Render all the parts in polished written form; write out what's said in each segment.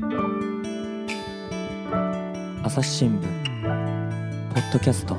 朝日新聞ポッドキャスト。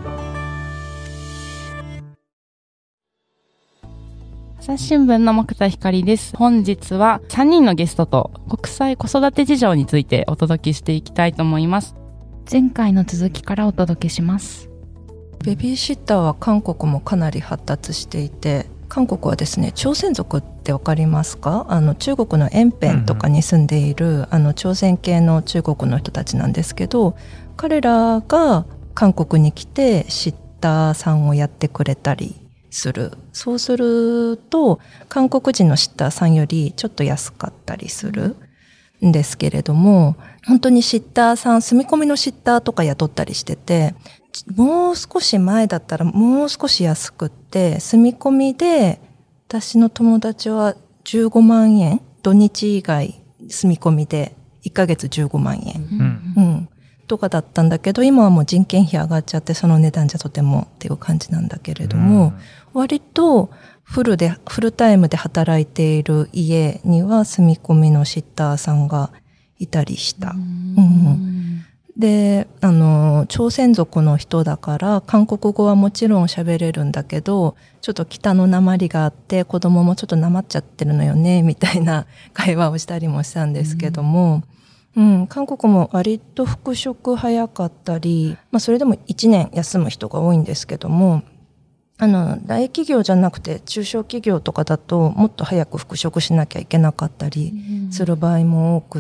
朝日新聞の木田光です。本日は3人のゲストと国際子育て事情についてお届けしていきたいと思います。 前回の続きからお届けします。 ベビーシッターは韓国もかなり発達していて、韓国はですね、朝鮮族ってわかりますか？中国の延辺とかに住んでいる、朝鮮系の中国の人たちなんですけど、彼らが韓国に来てシッターさんをやってくれたりする。そうすると韓国人のシッターさんよりちょっと安かったりするんですけれども、本当にシッターさん、住み込みのシッターとか雇ったりしてて、もう少し前だったらもう少し安くって、住み込みで私の友達は15万円、土日以外住み込みで1ヶ月15万円、とかだったんだけど、今はもう人件費上がっちゃって、その値段じゃとてもっていう感じなんだけれども、割とフルタイムで働いている家には住み込みのシッターさんがいたりした。で、朝鮮族の人だから韓国語はもちろん喋れるんだけど、ちょっと北の訛りがあって子供もちょっと訛っちゃってるのよねみたいな会話をしたりもしたんですけども、韓国も割と復職早かったり、それでも1年休む人が多いんですけども、大企業じゃなくて中小企業とかだともっと早く復職しなきゃいけなかったりする場合も多くって、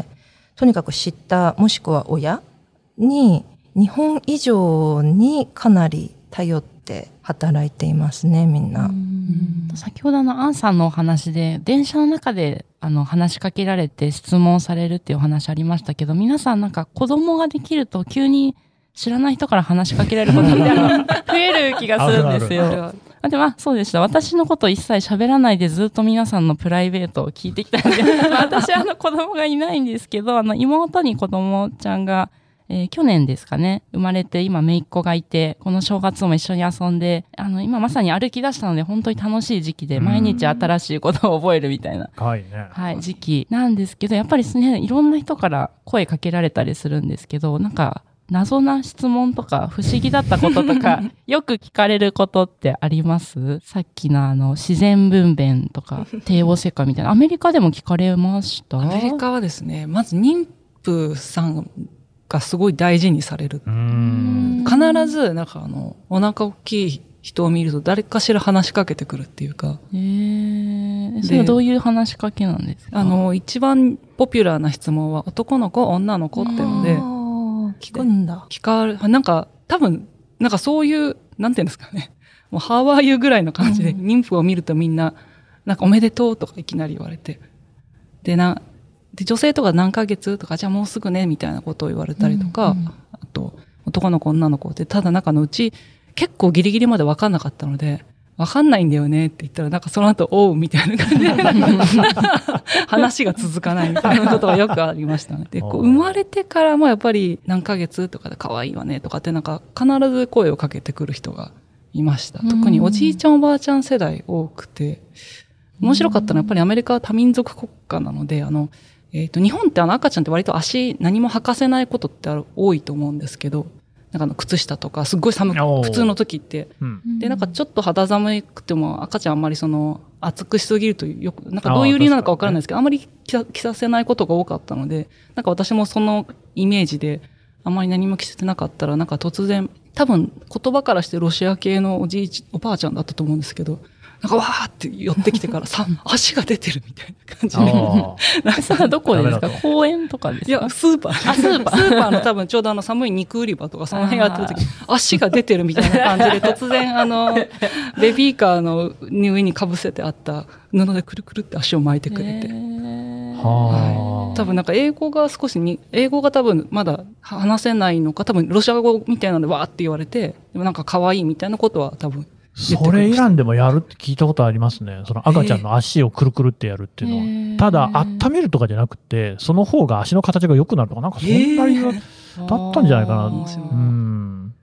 とにかくシッターもしくは親に日本以上にかなり頼って働いていますね、みんな。 先ほどアンさんのお話で電車の中で話しかけられて質問されるっていうお話ありましたけど、皆さんなんか子供ができると急に知らない人から話しかけられることって増える気がするんですよ。でもそうでした。私のこと一切喋らないでずっと皆さんのプライベートを聞いてきたんで、私子供がいないんですけど、妹に子供ちゃんが、去年ですかね、生まれて今姪っ子がいて、この正月も一緒に遊んで、今まさに歩き出したので本当に楽しい時期で、毎日新しいことを覚えるみたいな、時期なんですけど、やっぱりね、いろんな人から声かけられたりするんですけど、なんか、謎な質問とか不思議だったこととかよく聞かれることってあります？さっきの自然分娩とか帝王切開みたいな、アメリカでも聞かれました？ アメリカはですね、まず妊婦さんがすごい大事にされる。必ずなんかお腹大きい人を見ると誰かしら話しかけてくるっていうか。 それはどういう話しかけなんですか？ 一番ポピュラーな質問は男の子女の子っていうので、 聞くんだ。 なんか多分なんかそういうなんていうんですかね、もうハワイユぐらいの感じで、妊婦を見るとみんななんかおめでとうとかいきなり言われて、で女性とか何ヶ月とか、じゃあもうすぐねみたいなことを言われたりとか、あと男の子女の子って、ただ中のうち結構ギリギリまで分かんなかったので、分かんないんだよねって言ったら、なんかその後おうみたいな感じで話が続かないみたいなことがよくありましたね。で、生まれてからもやっぱり何ヶ月とかで可愛いわねとかってなんか必ず声をかけてくる人がいました。特におじいちゃんおばあちゃん世代多くて、面白かったのはやっぱりアメリカは多民族国家なので、日本って赤ちゃんって割と足何も履かせないことって多いと思うんですけど、なんか靴下とかすっごい普通の時って、でなんかちょっと肌寒くても赤ちゃんあんまり暑くしすぎるとよくなんかどういう理由なのかわからないですけど、あんまり着させないことが多かったので、なんか私もそのイメージであんまり何も着せてなかったら、なんか突然多分言葉からしてロシア系のおばあちゃんだったと思うんですけど、なんかわーって寄ってきてから足が出てるみたいな感じで。 それはどこですか？公園とかですか？ いや、スーパーの多分ちょうど寒い肉売り場とかその辺やってる時、足が出てるみたいな感じで、突然ベビーカーの上にかぶせてあった布でくるくるって足を巻いてくれて。多分なんか英語が多分まだ話せないのか、多分ロシア語みたいなのでわーって言われて、でもなんか可愛いみたいなことは多分。 それイランでもやるって聞いたことありますね。その赤ちゃんの足をくるくるってやるっていうのは。ただ、温めるとかじゃなくて、その方が足の形が良くなるとか、なんかそんな理由だったんじゃないかな。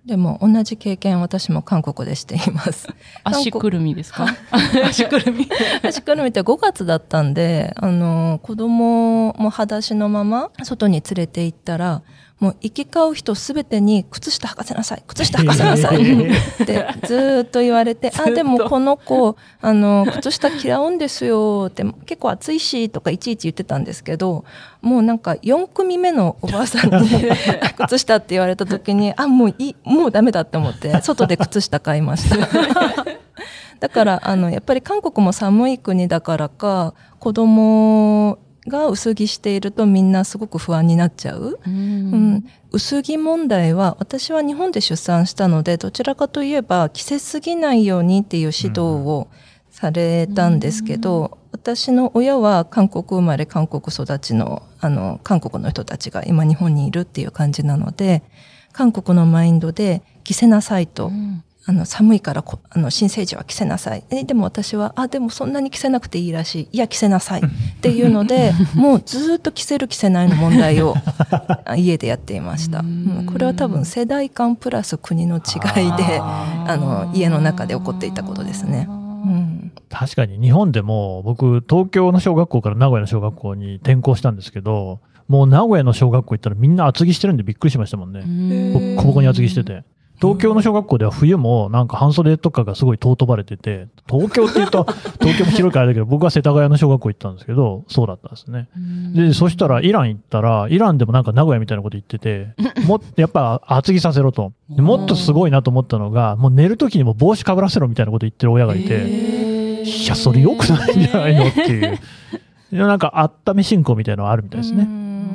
でも同じ経験私も韓国でしています。 足くるみですか？ 足くるみ足くるみって5月だったんで、子供も裸足のまま外に連れて行ったら、もう行き交う人すべてに靴下履かせなさい、靴下履かせなさいってずーっと言われて、でもこの子靴下嫌うんですよって、結構暑いしとかいちいち言ってたんですけど、もうなんか4組目のおばあさんに靴下って言われた時にもうダメだって思って外で靴下買いましただからやっぱり韓国も寒い国だからか、子供が薄着しているとみんなすごく不安になっちゃう、薄着問題は私は日本で出産したので、どちらかといえば着せすぎないようにっていう指導をされたんですけど、私の親は韓国生まれ韓国育ちの韓国の人たちが今日本にいるっていう感じなので、韓国のマインドで着せなさいと、寒いから新生児は着せなさい。でも私はでもそんなに着せなくていいらしい。いや着せなさいっていうのでもうずっと着せる着せないの問題を家でやっていました。これは多分世代間プラス国の違いで家の中で起こっていたことですね。 確かに日本でも僕東京の小学校から名古屋の小学校に転校したんですけど、もう名古屋の小学校行ったらみんな厚着してるんでびっくりしましたもんね。ボコボコに厚着してて、東京の小学校では冬もなんか半袖とかがすごい尊ばれてて、東京って言うと東京も広いからだけど、僕は世田谷の小学校行ったんですけど、そうだったんですね。でそしたらイラン行ったら、イランでもなんか名古屋みたいなこと言ってて、やっぱ厚着させろと。もっとすごいなと思ったのが、もう寝る時にも帽子かぶらせろみたいなこと言ってる親がいて、いやそれ良くないんじゃないのっていうなんか温め信仰みたいなのがあるみたいですね。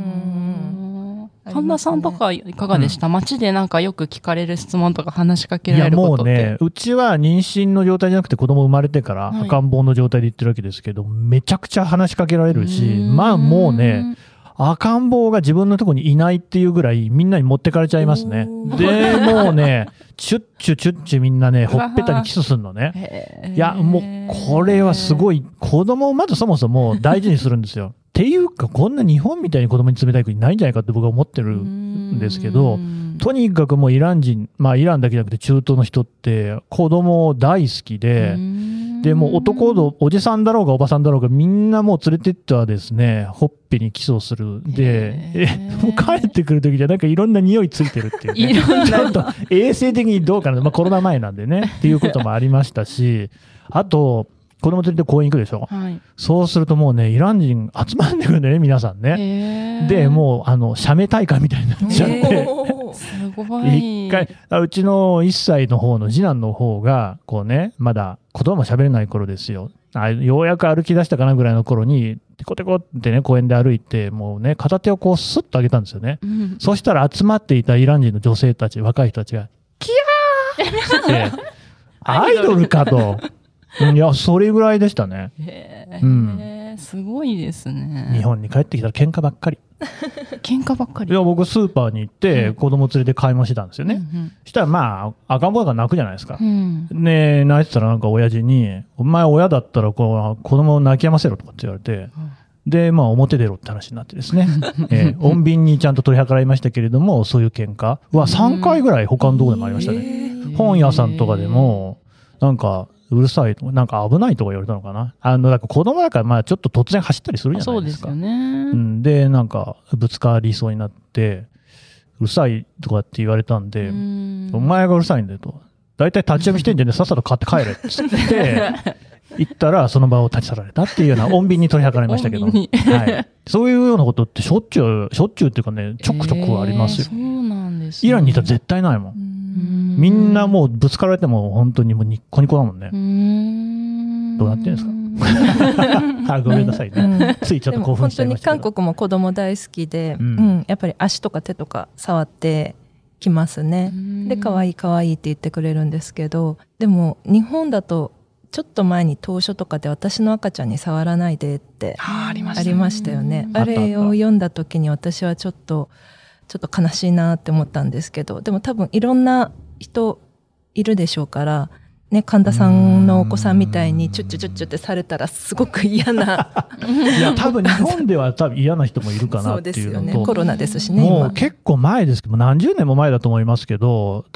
神田さんとかいかがでした？街でなんかよく聞かれる質問とか話しかけられることって。 いやもうね、うちは妊娠の状態じゃなくて子供生まれてから赤ん坊の状態で言ってるわけですけど、めちゃくちゃ話しかけられるし、もうね、赤ん坊が自分のところにいないっていうぐらいみんなに持ってかれちゃいますね。でもうね、チュッチュチュッチュみんなね、ほっぺたにキスするのね。いやもうこれはすごい、子供をまずそもそも大事にするんですよ。っていうか、こんな日本みたいに子供に冷たい国ないんじゃないかって僕は思ってるんですけど、とにかくもうイラン人、イランだけじゃなくて中東の人って子供大好きで、でもうおじさんだろうがおばさんだろうがみんなもう連れてってはですね、ほっぺにキスをする。で、もう帰ってくる時じゃなんかいろんな匂いついてるっていうね。ちょっと衛生的にどうかな、コロナ前なんでね、っていうこともありましたし、あと、子供連れて公園行くでしょ、そうするともうね、イラン人集まんでくるんだよね、皆さんね。で、もう、写メ大会みたいになっちゃって。 すごい。 一回、うちの1歳の方の次男の方が、こうね、まだ言葉も喋れない頃ですよ。ようやく歩き出したかなぐらいの頃に、テコテコってね、公園で歩いて、もうね、片手をこうスッと上げたんですよね。そしたら集まっていたイラン人の女性たち、若い人たちが、キャーって、アイドルかと。いや、それぐらいでしたね。 すごいですね。 日本に帰ってきたら喧嘩ばっかり。 喧嘩ばっかり。 いや、僕スーパーに行って子供連れて買い物してたんですよね。したら赤ん坊だから泣くじゃないですか。ね、泣いてたらなんか親父に、お前親だったら子供を泣き止ませろとかって言われて、で、表出ろって話になってですね。穏便にちゃんと取り計らいましたけれども、そういう喧嘩は3回ぐらい他のところでもありましたね。本屋さんとかでも、なんか、うるさいとか、なんか危ないとか言われたのかな。だから子供だからちょっと突然走ったりするじゃないですか。 そうですよね。 で、なんかぶつかりそうになって、うるさいとかって言われたんで、お前がうるさいんだよと。だいたい立ち読みしてんじゃね、さっさと買って帰れって言って、行ったらその場を立ち去られたっていうような穏便に取り計らいましたけど、そういうようなことってしょっちゅうっていうかね、ちょくちょくありますよ。 そうなんですね。 イランにいたら絶対ないもん。みんなもうぶつかられても本当にもうニッコニコだもんね。どうなってるんですか？ごめんなさいね。ついちょっと興奮しちゃいましたけど。 本当に韓国も子供大好きで、やっぱり足とか手とか触ってきますね。で、可愛い可愛いって言ってくれるんですけど、でも日本だとちょっと前に当初とかで私の赤ちゃんに触らないでってありましたよね。あれを読んだ時に私はちょっと悲しいなって思ったんですけど、でも多分いろんな人いるでしょうから、ね、神田さんのお子さんみたいにチュッチュチュッチュってされたらすごく嫌な。 いや、多分日本では多分嫌な人もいるかなっていうのと。 そうですよね。コロナですしね。 もう結構前ですけど、何十年も前だと思いますけど、どっ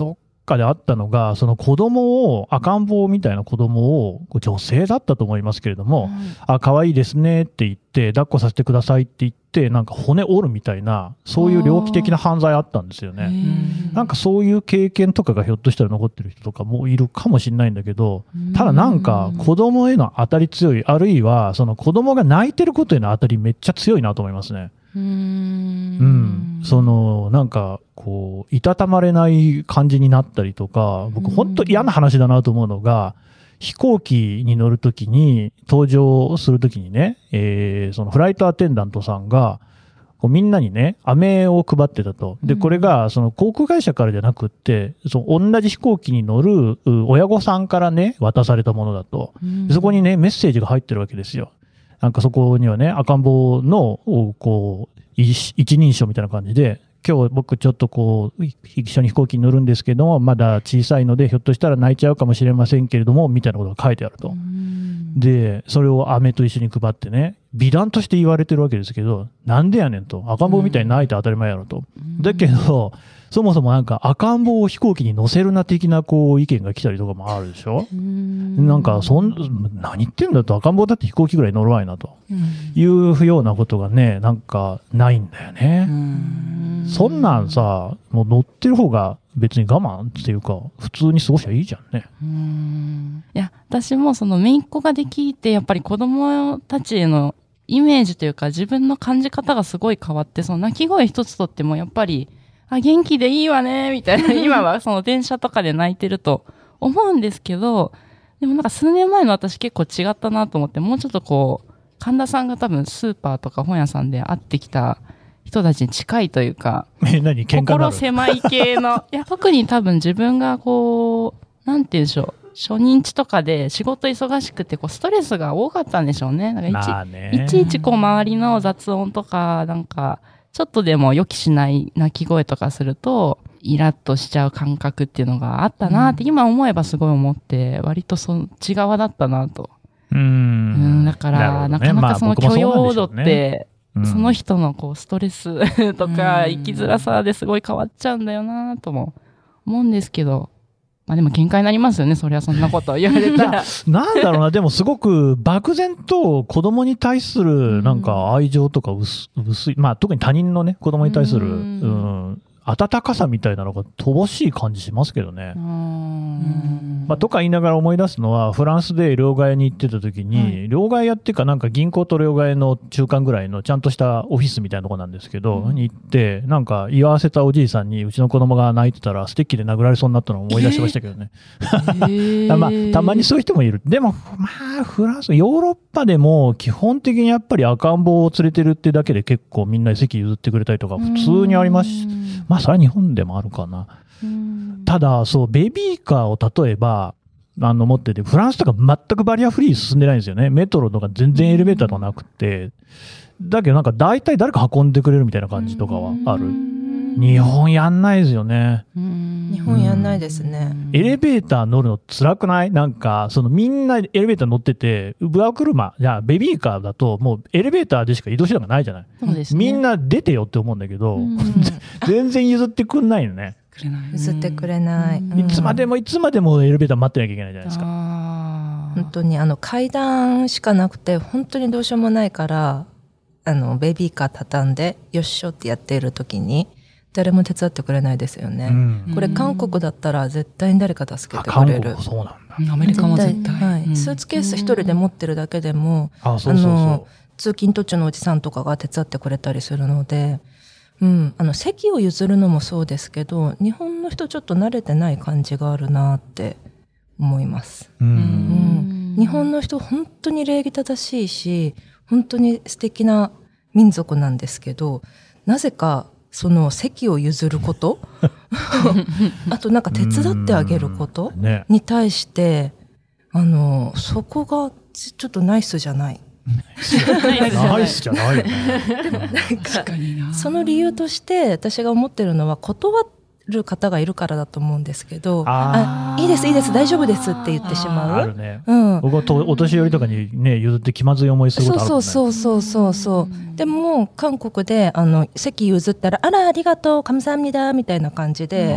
かであったのが、その子供を、赤ん坊みたいな子供を、女性だったと思いますけれども、可愛いですねって言って、抱っこさせてくださいって言って、なんか骨折るみたいな、そういう猟奇的な犯罪あったんですよね。なんかそういう経験とかがひょっとしたら残ってる人とかもいるかもしれないんだけど、ただなんか子供への当たり強い、あるいはその子供が泣いてることへの当たりめっちゃ強いなと思いますね。そのなんかこういたたまれない感じになったりとか、僕本当嫌な話だなと思うのが、飛行機に乗るときに搭乗するときにね、そのフライトアテンダントさんがこうみんなにね飴を配ってたと。でこれがその航空会社からじゃなくって、その同じ飛行機に乗る親御さんからね渡されたものだと。でそこにねメッセージが入ってるわけですよ。なんかそこにはね赤ん坊のこう一人称みたいな感じで、今日僕ちょっとこう一緒に飛行機に乗るんですけども、まだ小さいのでひょっとしたら泣いちゃうかもしれませんけれどもみたいなことが書いてあると。でそれを飴と一緒に配ってね、美談として言われてるわけですけど、なんでやねんと、赤ん坊みたいに泣いて当たり前やろと。だけどそもそもなんか赤ん坊を飛行機に乗せるな的なこう意見が来たりとかもあるでしょ。なんか何言ってんだと、赤ん坊だって飛行機ぐらい乗るわいなというようなことがね、なんかないんだよね。そんなんさ、もう乗ってる方が別に我慢っていうか普通に過ごしゃいいじゃんね。 いや私もその姪っ子ができて、やっぱり子供たちへのイメージというか自分の感じ方がすごい変わって、その泣き声一つとってもやっぱり元気でいいわねみたいな今はその電車とかで泣いてると思うんですけど、でもなんか数年前の私結構違ったなと思って、もうちょっとこう神田さんが多分スーパーとか本屋さんで会ってきた人たちに近いというか、 何喧嘩になる？ 心狭い系のいや特に多分自分がこうなんて言うんでしょう、初任地とかで仕事忙しくてこうストレスが多かったんでしょうね。なんかいちいちこう周りの雑音とかなんかちょっとでも予期しない鳴き声とかするとイラッとしちゃう感覚っていうのがあったなって今思えばすごい思って、割とそっち側だったなと。だから、なかなかその許容度ってその人のこうストレスとか生きづらさですごい変わっちゃうんだよなとも思うんですけど、まあでも喧嘩になりますよね、そりゃそんなこと言われたら。 なんだろうな、でもすごく漠然と子供に対するなんか愛情とか薄い、まあ特に他人のね、子供に対する、温かさみたいなのが乏しい感じしますけどね。まあ、とか言いながら思い出すのは、フランスで両替に行ってた時に、両替屋っていうかなんか銀行と両替の中間ぐらいのちゃんとしたオフィスみたいなとこなんですけど、に行って、なんか居合わせたおじいさんにうちの子供が泣いてたらステッキで殴られそうになったのを思い出しましたけどね。まあ、たまにそういう人もいる。でも、まあ、フランス、ヨーロッパでも基本的にやっぱり赤ん坊を連れてるってだけで結構みんなで席譲ってくれたりとか普通にありますし、まあそれは日本でもあるかな。ただそうベビーカーを例えば持ってて、フランスとか全くバリアフリー進んでないんですよね。メトロとか全然エレベーターとかなくて、だけどなんか大体誰か運んでくれるみたいな感じとかはある。日本やんないですよね。 日本やんないですね。 エレベーター乗るの辛くない？なんかそのみんなエレベーター乗ってて、上車じゃあベビーカーだともうエレベーターでしか移動手段がないじゃない。 そうですね、 みんな出てよって思うんだけど、全然譲ってくんないよね。 譲ってくれない。 いつまでもエレベーター待ってなきゃいけないじゃないですか。 本当に階段しかなくて本当にどうしようもないからベビーカー畳んでよっしょってやっている時に誰も手伝ってくれないですよね。これ韓国だったら絶対に誰か助けてくれる。 韓国そうなんだ。 アメリカも絶対、 はい、スーツケース一人で持ってるだけでも、通勤途中のおじさんとかが手伝ってくれたりするので、席を譲るのもそうですけど、日本の人ちょっと慣れてない感じがあるなって思います。日本の人本当に礼儀正しいし、本当に素敵な民族なんですけど、なぜかその席を譲ることあとなんか手伝ってあげることに対して、そこがちょっとナイスじゃない。 ナイスじゃないよね。 なんかその理由として私が思ってるのは、断る方がいるからだと思うんですけど、いいですいいです大丈夫ですって言ってしまう。 あるね。僕はお年寄りとかにね譲って気まずい思いすることあるもんね。そうでも韓国で席譲ったらありがとう감사합니다みたいな感じで、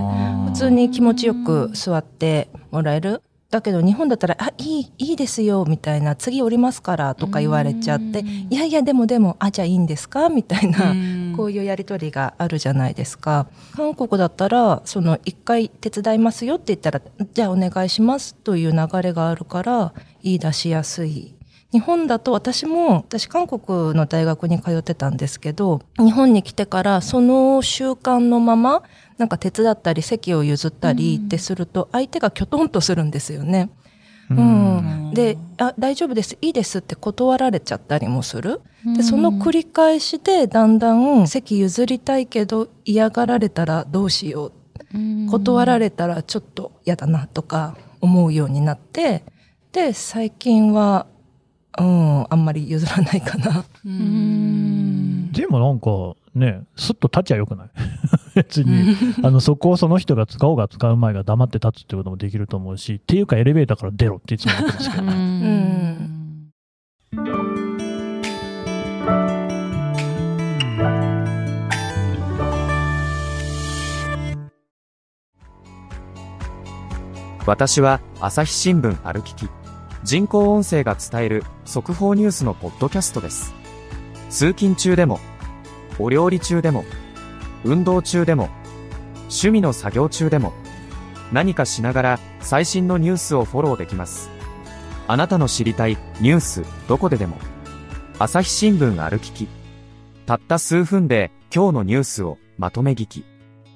普通に気持ちよく座ってもらえる。だけど日本だったらいいですよみたいな、次降りますからとか言われちゃって、いやでもじゃあいいんですかみたいな、こういうやり取りがあるじゃないですか。韓国だったらその一回手伝いますよって言ったら、じゃあお願いしますという流れがあるから言い出しやすい。日本だと私韓国の大学に通ってたんですけど、日本に来てからその習慣のままなんか手伝ったり席を譲ったりってすると相手がきょとんとするんですよね。で、大丈夫です、いいですって断られちゃったりもする。で、その繰り返しでだんだん席譲りたいけど嫌がられたらどうしよう、断られたらちょっと嫌だなとか思うようになって、で最近はあんまり譲らないかな。 でもなんかね、スッと立ちゃよくない別にそこをその人が使おうが使う前が黙って立つってこともできると思うし、っていうかエレベーターから出ろっていつも言ってますけどね。 私は朝日新聞ある聞き、人工音声が伝える速報ニュースのポッドキャストです。通勤中でも、お料理中でも、運動中でも、趣味の作業中でも、何かしながら最新のニュースをフォローできます。あなたの知りたいニュースどこででも、朝日新聞ある聞き。たった数分で今日のニュースをまとめ聞き。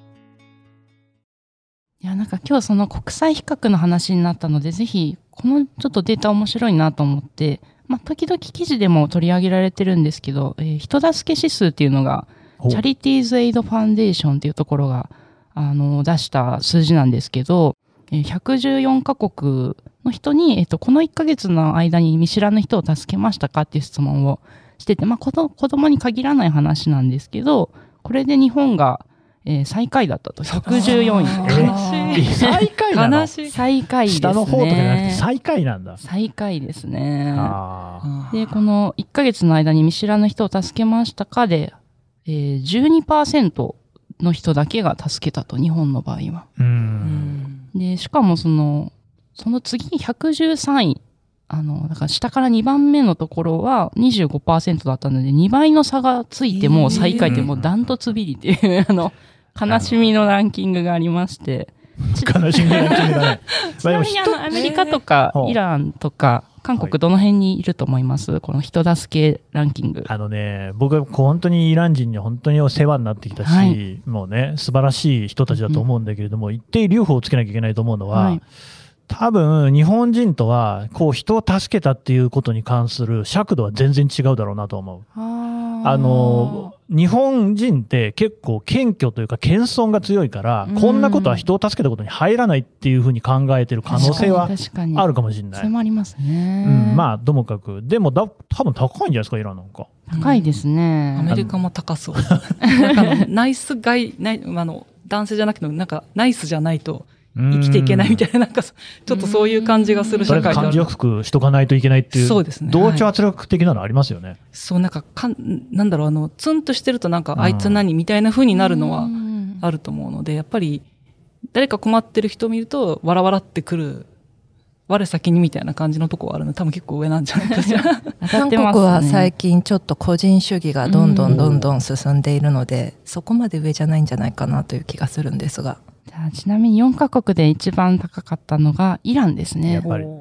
いや、なんか今日その国際比較の話になったので、ぜひこのちょっとデータ面白いなと思って、時々記事でも取り上げられてるんですけど、人助け指数っていうのがチャリティーズエイドファンデーションっていうところが出した数字なんですけど、114カ国の人に、この1ヶ月の間に見知らぬ人を助けましたかっていう質問をしてて、子供に限らない話なんですけど、これで日本が最下位だったと。114位。 悲しい。 最下位なの？ 最下位ですね。 下の方とかじゃなくて最下位なんだ。 最下位ですね。で、この1ヶ月の間に見知らぬ人を助けましたかで、12% の人だけが助けたと、日本の場合は。で、しかもその次に113位。だから下から2番目のところは 25% だったので、2倍の差がついても最下位ってもうダントツビリっていう悲しみのランキングがありまして。 悲しみのランキングだね。 ちなみにアメリカとかイランとか韓国どの辺にいると思います？この人助けランキング。 僕は本当にイラン人に本当にお世話になってきたし、もうね、素晴らしい人たちだと思うんだけれども、一定留保をつけなきゃいけないと思うのは、多分日本人とはこう人を助けたっていうことに関する尺度は全然違うだろうなと思う。日本人って結構謙虚というか謙遜が強いから、こんなことは人を助けたことに入らないっていうふうに考えてる可能性はあるかもしれない。 それもありますね。 ともかくでも多分高いんじゃないですか、イランなんか。 高いですね。 アメリカも高そう。ナイスガイ、男性じゃなくてなんかナイスじゃないと生きていけないみたいな、なんかちょっとそういう感じがする社会である。 感じよくしとかないといけないっていう、 そうですね、 同調圧力的なのありますよね。 そう、なんだろう、ツンとしてるとなんかあいつ何みたいな風になるのはあると思うので、やっぱり誰か困ってる人を見ると笑ってくる、我先にみたいな感じのとこはあるので、多分結構上なんじゃないかしら。 韓国は最近ちょっと個人主義がどんどん進んでいるので、そこまで上じゃないんじゃないかなという気がするんですが。 ちなみに4カ国で一番高かったのがイランですね。 やっぱり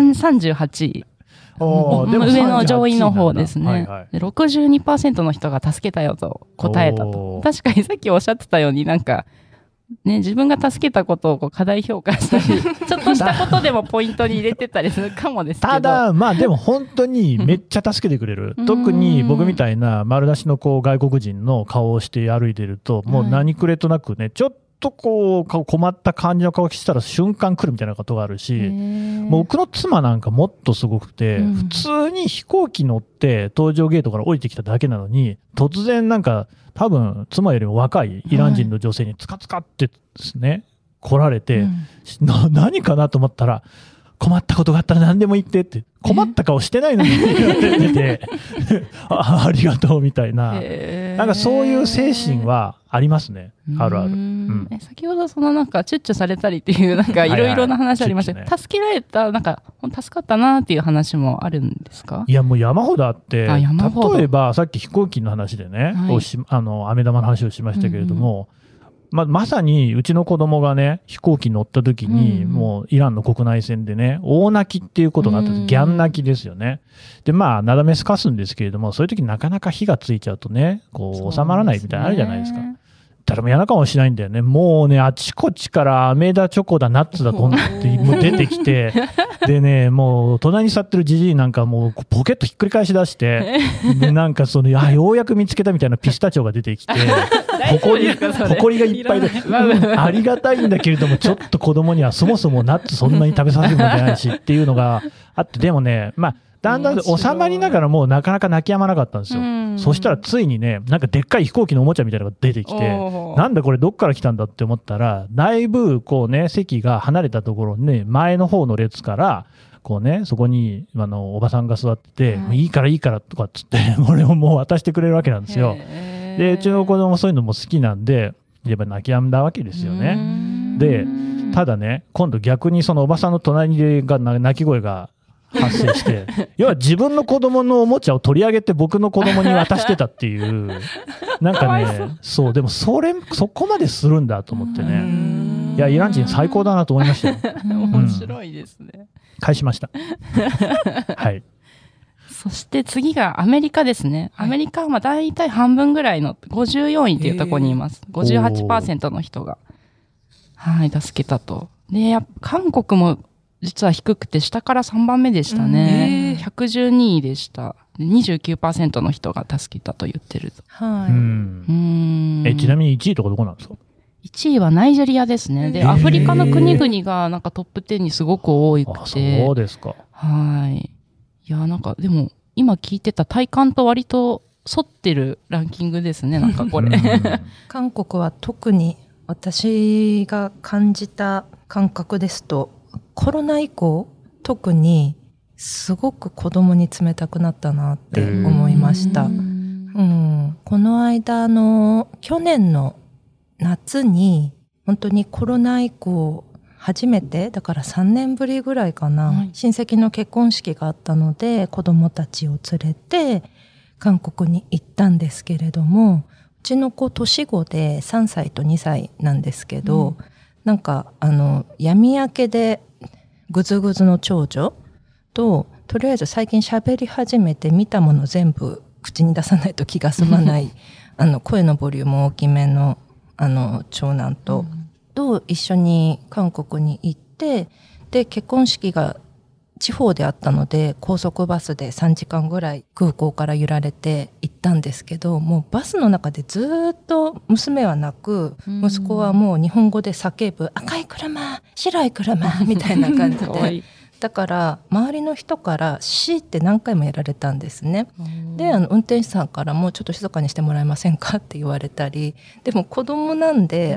38位。上の上位の方ですね。62% の人が助けたよと答えたと。確かにさっきおっしゃってたように、なんかね、自分が助けたことを過大評価したり、ちょっとしたことでもポイントに入れてたりするかもですけど。 ただ、でも本当にめっちゃ助けてくれる。特に僕みたいな丸出しの外国人の顔をして歩いてると、もう何くれとなくね、ちょっと困った感じの顔したら瞬間来るみたいなことがあるし、もう僕の妻なんかもっとすごくて、普通に飛行機乗って搭乗ゲートから降りてきただけなのに、突然なんか多分妻よりも若いイラン人の女性につかつかってですね、来られて、何かなと思ったら、 困ったことがあったら何でも言ってって、困った顔してないのにって言われててありがとうみたいな、なんかそういう精神はありますね。あるある。 先ほどそのなんかチュッチュされたりっていうなんかいろいろな話ありましたけど、助けられた、なんか助かったなっていう話もあるんですか？ いやもう山ほどあって、例えばさっき飛行機の話でね、飴玉の話をしましたけれども、まさにうちの子供がね、飛行機乗った時に、もうイランの国内線でね、大泣きっていうことがあったんです。ギャン泣きですよね。で、なだめすかすんですけれども、そういう時なかなか火がついちゃうとね、こう収まらないみたいなのあるじゃないですか。誰も嫌な顔もしないんだよね。もうね、あちこちから飴だチョコだナッツだとってもう出てきて、でね、もう隣に座ってるじじいなんかもうポケットひっくり返し出して、でなんかようやく見つけたみたいなピスタチオが出てきて、ほこりがいっぱいで、ありがたいんだけれども、ちょっと子供にはそもそもナッツそんなに食べさせるもんじゃないしっていうのがあって、でもね、だんだん収まりながらもうなかなか泣き止まなかったんですよ。そしたらついにね、なんかでっかい飛行機のおもちゃみたいなのが出てきて、なんだこれどっから来たんだって思ったら、だいぶこうね、席が離れたところにね、前の方の列から、こうね、そこにおばさんが座ってて、いいからとかっつって、これをもう渡してくれるわけなんですよ。で、うちの子供もそういうのも好きなんで、やっぱ泣き止んだわけですよね。で、ただね、今度逆にそのおばさんの隣が泣き声が発生して要は自分の子供のおもちゃを取り上げて僕の子供に渡してたっていうなんかね、そうでもそこまでするんだと思ってね、いやイラン人最高だなと思いましたよ。 面白いですね。 返しましたはい。 そして次がアメリカですね。アメリカは大体半分ぐらいの54位っていうところにいます。58% の人が助けたと。で韓国も実は低くて下から3番目でしたね。112位でした。29% の人が助けたと言ってると。 ちなみに1位とかどこなんですか ？1位はナイジェリアですね。で、アフリカの国々がなんかトップ10にすごく多くて。 そうですか。 いや、なんかでも今聞いてた体感と割と沿ってるランキングですね、なんかこれ。 韓国は特に私が感じた感覚ですと、コロナ以降特にすごく子供に冷たくなったなって思いました。この間去年の夏に本当にコロナ以降初めてだから3年ぶりぐらいかな、親戚の結婚式があったので子供たちを連れて韓国に行ったんですけれども、うちの子年子で3歳と2歳なんですけど、なんか闇明けでぐずぐずの長女ととりあえず最近喋り始めて見たもの全部口に出さないと気が済まない声のボリューム大きめの長男と一緒に韓国に行って、で結婚式が地方であったので高速バスで3時間ぐらい空港から揺られて行ったんですけど、もうバスの中でずっと娘は泣く、息子はもう日本語で叫ぶ赤い車白い車みたいな感じでだから周りの人からシーって何回もやられたんですね。で運転手さんからもちょっと静かにしてもらえませんかって言われたり、でも子供なんで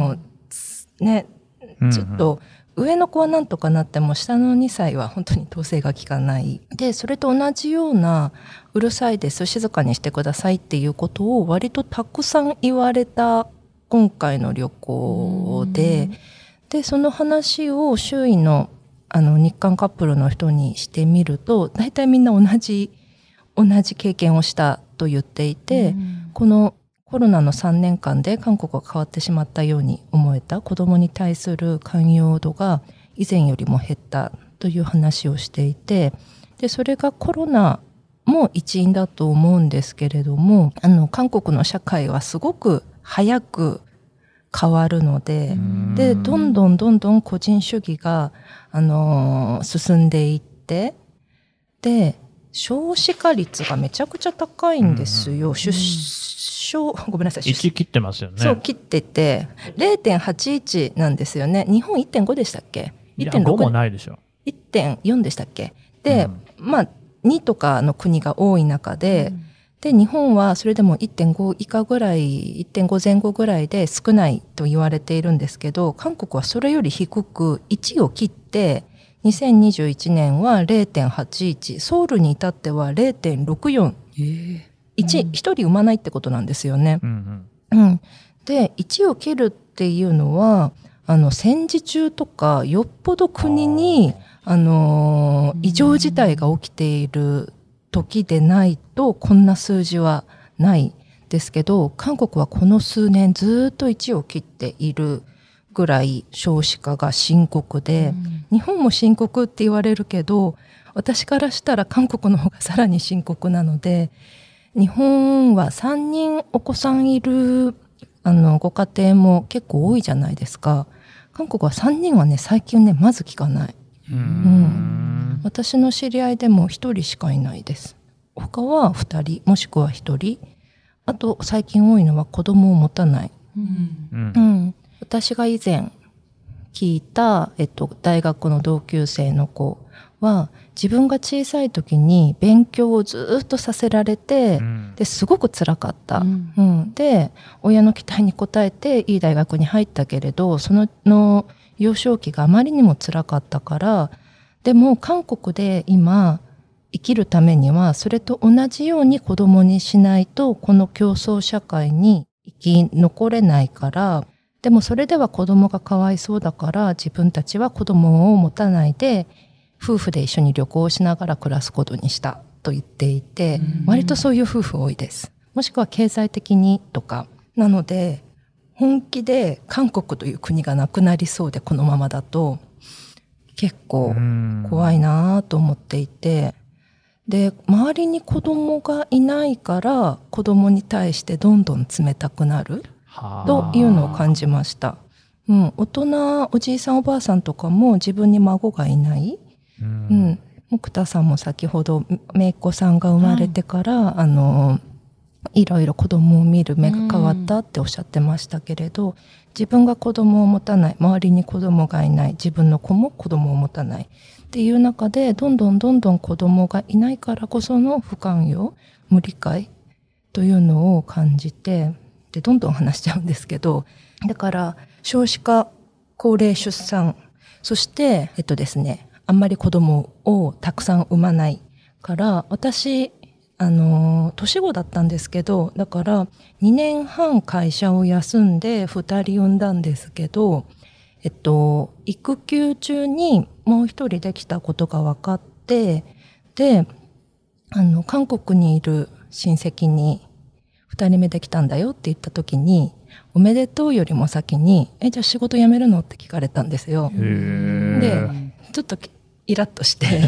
ちょっと上の子はなんとかなっても下の2歳は本当に統制が効かない。でそれと同じようなうるさいです静かにしてくださいっていうことを割とたくさん言われた今回の旅行で、その話を周囲の日韓カップルの人にしてみると大体みんな同じ経験をしたと言っていて、このコロナの3年間で韓国が変わってしまったように思えた、子どもに対する寛容度が以前よりも減ったという話をしていて、でそれがコロナも一因だと思うんですけれども、韓国の社会はすごく早く変わるので、どんどん個人主義が、進んでいって、で少子化率がめちゃくちゃ高いんですよ。ごめんなさい。 1切ってますよね。 そう切ってて 0.81 なんですよね。日本 1.5 でしたっけ？ 1.5 もないでしょ。 1.4 でしたっけ？で、2とかの国が多い中で、で日本はそれでも 1.5 以下ぐらい 1.5 前後ぐらいで少ないと言われているんですけど、韓国はそれより低く1を切って 2021年は 0.81、ソウルに至っては 0.64、1人産まないってことなんですよね。で、1を切るっていうのは、戦時中とかよっぽど国に異常事態が起きている時でないとこんな数字はないですけど、韓国はこの数年ずっと1を切っているぐらい少子化が深刻で、日本も深刻って言われるけど、私からしたら韓国の方がさらに深刻なので、日本は3人お子さんいるご家庭も結構多いじゃないですか。韓国は3人はね、最近ね、まず聞かない。私の知り合いでも1人しかいないです。他は2人、もしくは1人。あと、最近多いのは子供を持たない。私が以前聞いた、大学の同級生の子は、自分が小さい時に勉強をずっとさせられて、ですごく辛かった、で親の期待に応えていい大学に入ったけれど、その幼少期があまりにも辛かったから、でも韓国で今生きるためにはそれと同じように子供にしないとこの競争社会に生き残れないから、でもそれでは子供がかわいそうだから自分たちは子供を持たないで夫婦で一緒に旅行をしながら暮らすことにしたと言っていて、割とそういう夫婦多いです。もしくは経済的にとか。なので本気で韓国という国がなくなりそうで、このままだと結構怖いなと思っていて、で周りに子供がいないから子供に対してどんどん冷たくなるというのを感じました。大人、おじいさんおばあさんとかも自分に孫がいない。木田さんも先ほど姪っ子さんが生まれてから、いろいろ子供を見る目が変わったっておっしゃってましたけれど、自分が子供を持たない、周りに子供がいない、自分の子も子供を持たないっていう中で、どんどん子供がいないからこその不寛容、無理解というのを感じて、でどんどん話しちゃうんですけど、だから少子化、高齢出産、そしてですね、あんまり子供をたくさん産まないから、私年子だったんですけど、だから2年半会社を休んで2人産んだんですけど、育休中にもう一人できたことが分かって、で韓国にいる親戚に2人目できたんだよって言った時に、おめでとうよりも先にじゃあ仕事辞めるのって聞かれたんですよ。でちょっとイラッとして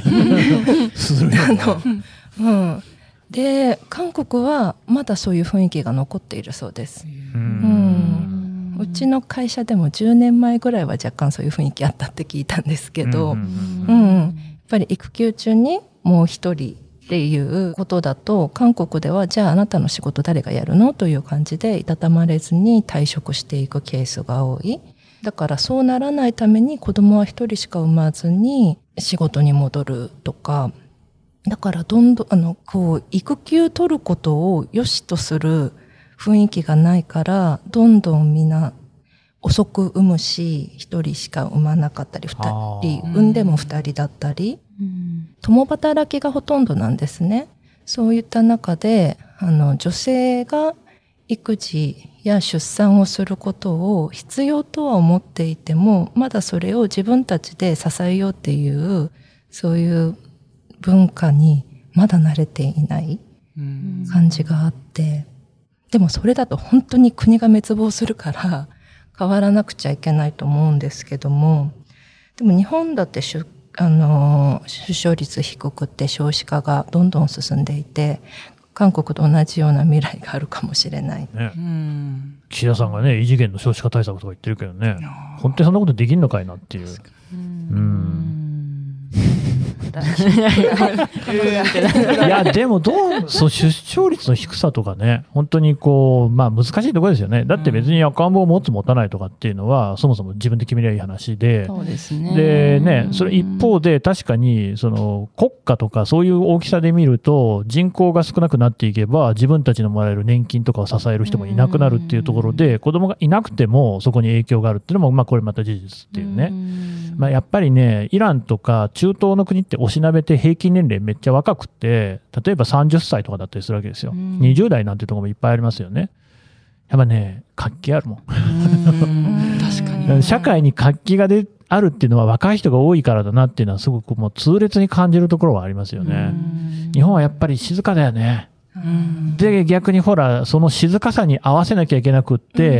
で韓国はまだそういう雰囲気が残っているそうです。うちの会社でも10年前ぐらいは若干そういう雰囲気あったって聞いたんですけど、やっぱり育休中にもう一人っていうことだと、韓国ではじゃああなたの仕事誰がやるのという感じでいたたまれずに退職していくケースが多い。だからそうならないために子供は一人しか産まずに仕事に戻るとか、だからどんどん育休取ることを良しとする雰囲気がないから、どんどんみんな遅く産むし、一人しか産まなかったり、二人産んでも二人だったり、共働きがほとんどなんですね。そういった中で女性が育児や出産をすることを必要とは思っていても、まだそれを自分たちで支えようっていうそういう文化にまだ慣れていない感じがあって、でもそれだと本当に国が滅亡するから変わらなくちゃいけないと思うんですけども、でも日本だって出生率低くて少子化がどんどん進んでいて、韓国と同じような未来があるかもしれない。 岸田さんがね、異次元の少子化対策とか言ってるけどね、本当にそんなことできんのかいなっていう。いやでも出生率の低さとかね、本当に難しいところですよね。だって別に赤ん坊を持つ持たないとかっていうのは、そもそも自分で決めりゃいい話で、 そうですね。 でね、それ一方で確かに国家とかそういう大きさで見ると、人口が少なくなっていけば自分たちのもらえる年金とかを支える人もいなくなるっていうところで、子供がいなくてもそこに影響があるっていうのもこれまた事実っていうね。 まあ、やっぱりね、イランとか中東の国っておしなべて平均年齢めっちゃ若くて、例えば30歳とかだったりするわけですよ。20代なんてところもいっぱいありますよね。やっぱね、活気あるもん。 確かに。 社会に活気があるっていうのは若い人が多いからだなっていうのはすごくもう痛烈に感じるところはありますよね。日本はやっぱり静かだよね。で、逆にほら、その静かさに合わせなきゃいけなくって、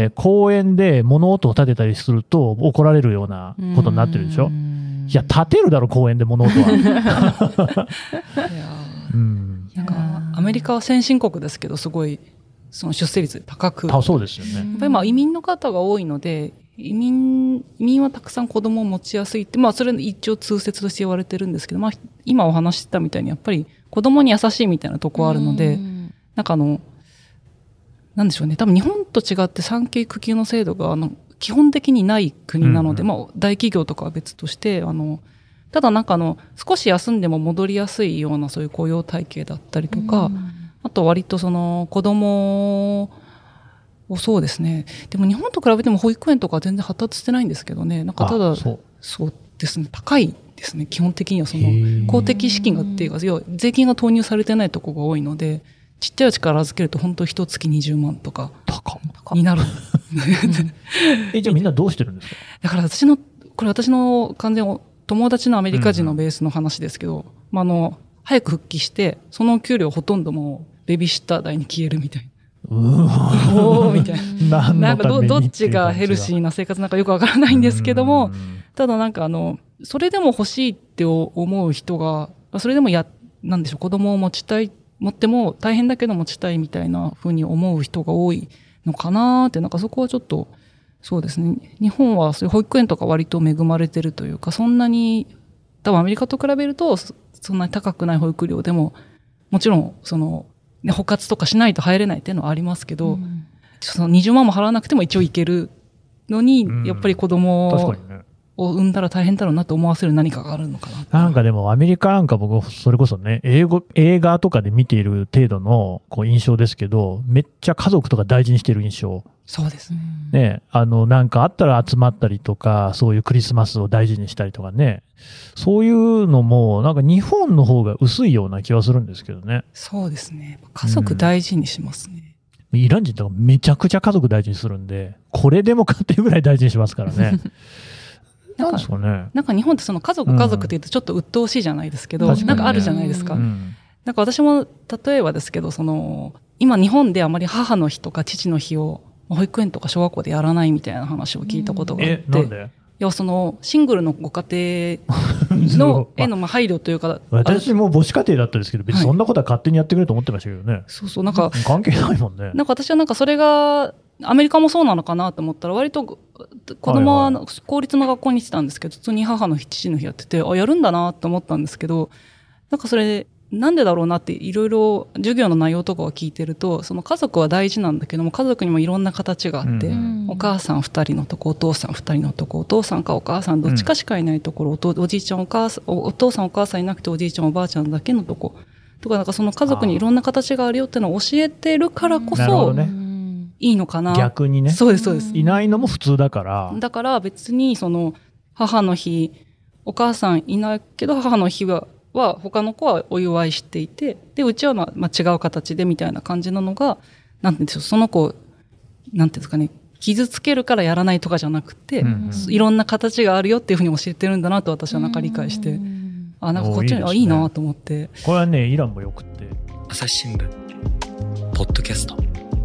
公園で物音を立てたりすると怒られるようなことになってるでしょ。いや、立てるだろ、公園で物音は。 なんか、アメリカは先進国ですけど、すごい、その出生率高く。 そうですよね。 やっぱりまあ移民の方が多いので、移民はたくさん子供を持ちやすいって、まあそれ一応通説として言われてるんですけど、まあ今お話してたみたいにやっぱり子供に優しいみたいなとこはあるので、なんかなんでしょうね、多分日本と違って産経育休の制度が基本的にない国なので、まあ大企業とかは別として、ただなんか少し休んでも戻りやすいようなそういう雇用体系だったりとか、あと割とその子供をそうですね。でも日本と比べても保育園とか全然発達してないんですけどね。なんかただ、そうですね。高いですね。基本的にはその公的資金がっていうか、要は税金が投入されてないところが多いので、ちっちゃいうちから預けると本当一月20万とかになる。 じゃあみんなどうしてるんですか？ だから私の完全友達のアメリカ人のベースの話ですけど、まあ早く復帰して、その給料ほとんどもうベビーシッター代に消えるみたいな。おーみたいな。なんかどっちがヘルシーな生活なんかよくわからないんですけども、ただなんかそれでも欲しいって思う人が、それでもなんでしょう、子供を持っても大変だけど持ちたいみたいな風に思う人が多いのかなーって、なんかそこはちょっと、そうですね。日本はそういう保育園とか割と恵まれてるというか、そんなに、多分アメリカと比べると、そんなに高くない保育料でも、もちろん、保活とかしないと入れないっていうのはありますけど、その20万も払わなくても一応いけるのに、やっぱり子供を産んだら大変だろうなと思わせる何かがあるのかな。 なんかでもアメリカなんか僕、それこそね、映画とかで見ている程度の印象ですけど、めっちゃ家族とか大事にしてる印象。 そうですね。 ね、なんかあったら集まったりとか、そういうクリスマスを大事にしたりとかね。そういうのも、なんか日本の方が薄いような気はするんですけどね。 そうですね。家族大事にしますね。 イラン人とかめちゃくちゃ家族大事にするんで、これでもかっていうぐらい大事にしますからね。なんですかね。 なんか日本ってその家族って言うとちょっと鬱陶しいじゃないですけど、なんかあるじゃないですか。なんか私も例えばですけど、今日本であまり母の日とか父の日を保育園とか小学校でやらないみたいな話を聞いたことがあって。 なんで？ いや、シングルのご家庭のへの配慮というか。 私も母子家庭だったんですけど、別にそんなことは勝手にやってくれと思ってましたけどね。 そう、なんか。 関係ないもんね。 なんか私はなんかそれが、アメリカもそうなのかなと思ったら、割と子供は公立の学校に行ってたんですけど、普通に母の日、父の日やってて、やるんだなと思ったんですけど、なんかそれ、なんでだろうなっていろいろ授業の内容とかを聞いてると、その家族は大事なんだけども、家族にもいろんな形があって、お母さん2人のとこ、お父さん2人のとこ、お父さんかお母さんどっちかしかいないところ、おじいちゃんお父さんお母さんいなくておじいちゃんおばあちゃんだけのとこ、とかなんかその家族にいろんな形があるよっていうのを教えてるからこそ、いいのかな。 逆にね。 そうです、そうです。 いないのも普通だから。 だから別に母の日、お母さんいないけど母の日は他の子はお祝いしていて、で、うちはまあ違う形でみたいな感じなのが、なんていうんでしょう、その子、なんていうんですかね、傷つけるからやらないとかじゃなくて、いろんな形があるよっていうふうに教えてるんだなと私はなんか理解して、なんかこっちにいいなと思って。 これはね、イランもよくって。 朝日新聞、ポッドキャスト。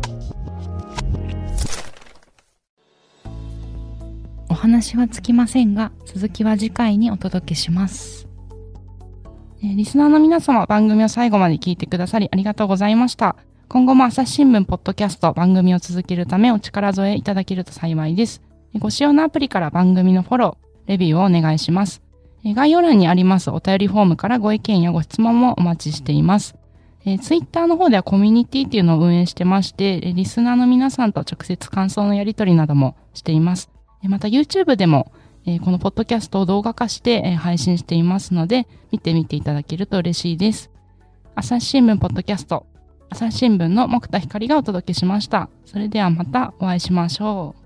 お話はつきませんが、続きは次回にお届けします。 リスナーの皆様、番組を最後まで聞いてくださりありがとうございました。今後も朝日新聞ポッドキャスト番組を続けるためお力添えいただけると幸いです。ご使用のアプリから番組のフォロー、レビューをお願いします。概要欄にありますお便りフォームからご意見やご質問もお待ちしています。ツイッターの方ではコミュニティっていうのを運営してまして、リスナーの皆さんと直接感想のやり取りなどもしています。また YouTube でもこのポッドキャストを動画化して配信していますので、見てみていただけると嬉しいです。朝日新聞ポッドキャスト、朝日新聞の木田光がお届けしました。それではまたお会いしましょう。